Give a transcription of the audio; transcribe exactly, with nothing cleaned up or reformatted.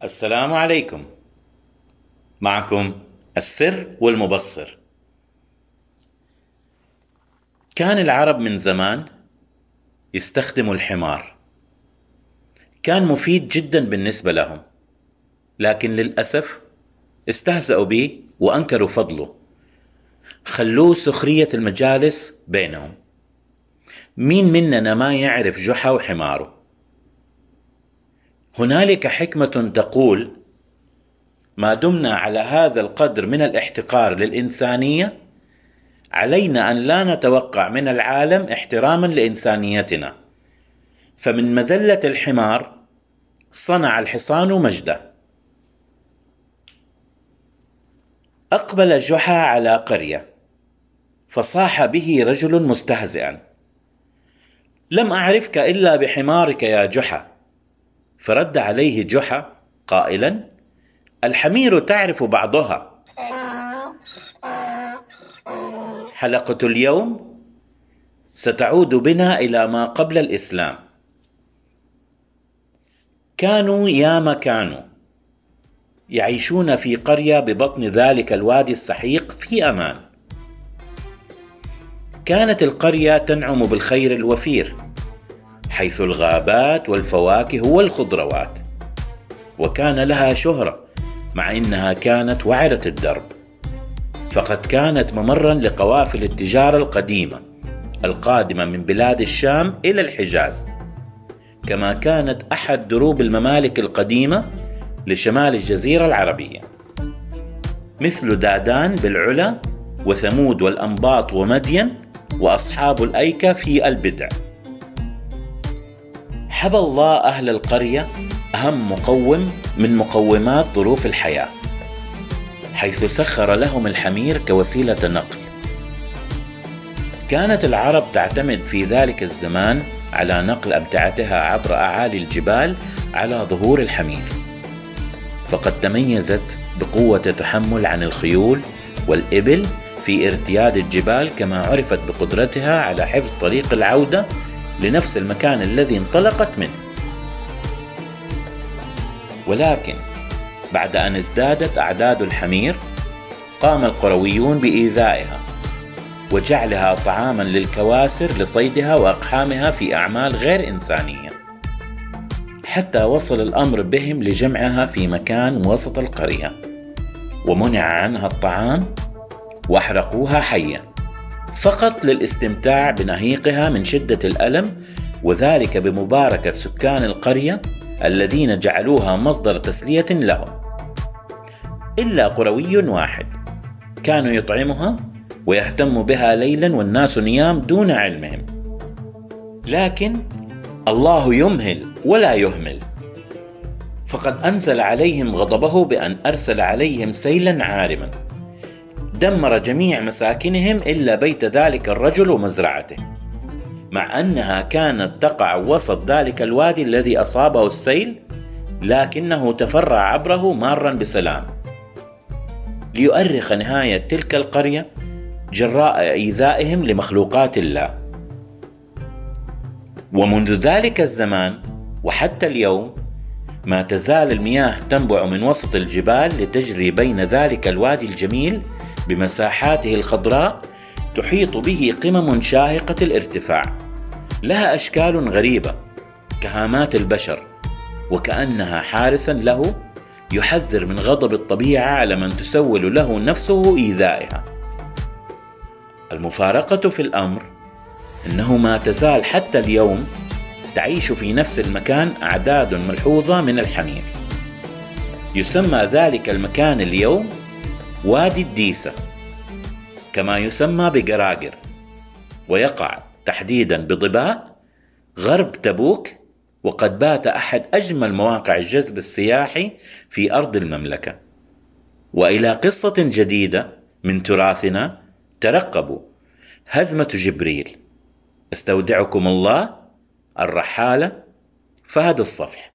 السلام عليكم. معكم السر والمبصر. كان العرب من زمان يستخدموا الحمار، كان مفيد جدا بالنسبة لهم، لكن للأسف استهزأوا به وأنكروا فضله، خلوه سخرية المجالس بينهم. مين مننا ما يعرف جحا وحماره؟ هنالك حكمة تقول: ما دمنا على هذا القدر من الاحتقار للإنسانية، علينا أن لا نتوقع من العالم احتراما لإنسانيتنا، فمن مذلة الحمار صنع الحصان مجده. أقبل جحا على قرية، فصاح به رجل مستهزئا: لم أعرفك إلا بحمارك يا جحا. فرد عليه جحا قائلا: الحمير تعرف بعضها. حلقة اليوم ستعود بنا إلى ما قبل الإسلام. كانوا ياما كانوا يعيشون في قرية ببطن ذلك الوادي السحيق في أمان. كانت القرية تنعم بالخير الوفير، حيث الغابات والفواكه والخضروات، وكان لها شهرة مع إنها كانت وعرة الدرب، فقد كانت ممرا لقوافل التجارة القديمة القادمة من بلاد الشام إلى الحجاز، كما كانت أحد دروب الممالك القديمة لشمال الجزيرة العربية، مثل دادان بالعلا، وثمود والأنباط ومدين، وأصحاب الأيكة في البدع. حبى الله أهل القرية أهم مقوم من مقومات ظروف الحياة، حيث سخر لهم الحمير كوسيلة نقل. كانت العرب تعتمد في ذلك الزمان على نقل أمتعتها عبر أعالي الجبال على ظهور الحمير، فقد تميزت بقوة التحمل عن الخيول والإبل في ارتياد الجبال، كما عرفت بقدرتها على حفظ طريق العودة لنفس المكان الذي انطلقت منه. ولكن بعد أن ازدادت أعداد الحمير، قام القرويون بإيذائها وجعلها طعاما للكواسر لصيدها وأقحامها في أعمال غير إنسانية، حتى وصل الأمر بهم لجمعها في مكان وسط القرية، ومنع عنها الطعام واحرقوها حية فقط للاستمتاع بنهيقها من شدة الألم، وذلك بمباركة سكان القرية الذين جعلوها مصدر تسلية لهم، إلا قروي واحد كانوا يطعمها ويهتم بها ليلا والناس نيام دون علمهم. لكن الله يمهل ولا يهمل، فقد أنزل عليهم غضبه بأن أرسل عليهم سيلا عارما دمر جميع مساكنهم إلا بيت ذلك الرجل ومزرعته، مع أنها كانت تقع وسط ذلك الوادي الذي أصابه السيل، لكنه تفرع عبره مارا بسلام، ليؤرخ نهاية تلك القرية جراء إيذائهم لمخلوقات الله. ومنذ ذلك الزمان وحتى اليوم ما تزال المياه تنبع من وسط الجبال لتجري بين ذلك الوادي الجميل بمساحاته الخضراء، تحيط به قمم شاهقة الارتفاع لها أشكال غريبة كهامات البشر، وكأنها حارسا له يحذر من غضب الطبيعة على من تسول له نفسه إيذائها. المفارقة في الأمر أنه ما تزال حتى اليوم تعيش في نفس المكان أعداد ملحوظة من الحمير. يسمى ذلك المكان اليوم وادي الديسة، كما يسمى بقراقر، ويقع تحديدا بضباء غرب تبوك، وقد بات أحد أجمل مواقع الجذب السياحي في أرض المملكة. وإلى قصة جديدة من تراثنا، ترقبوا هزمة جبريل. استودعكم الله، الرحالة فهد الصفح.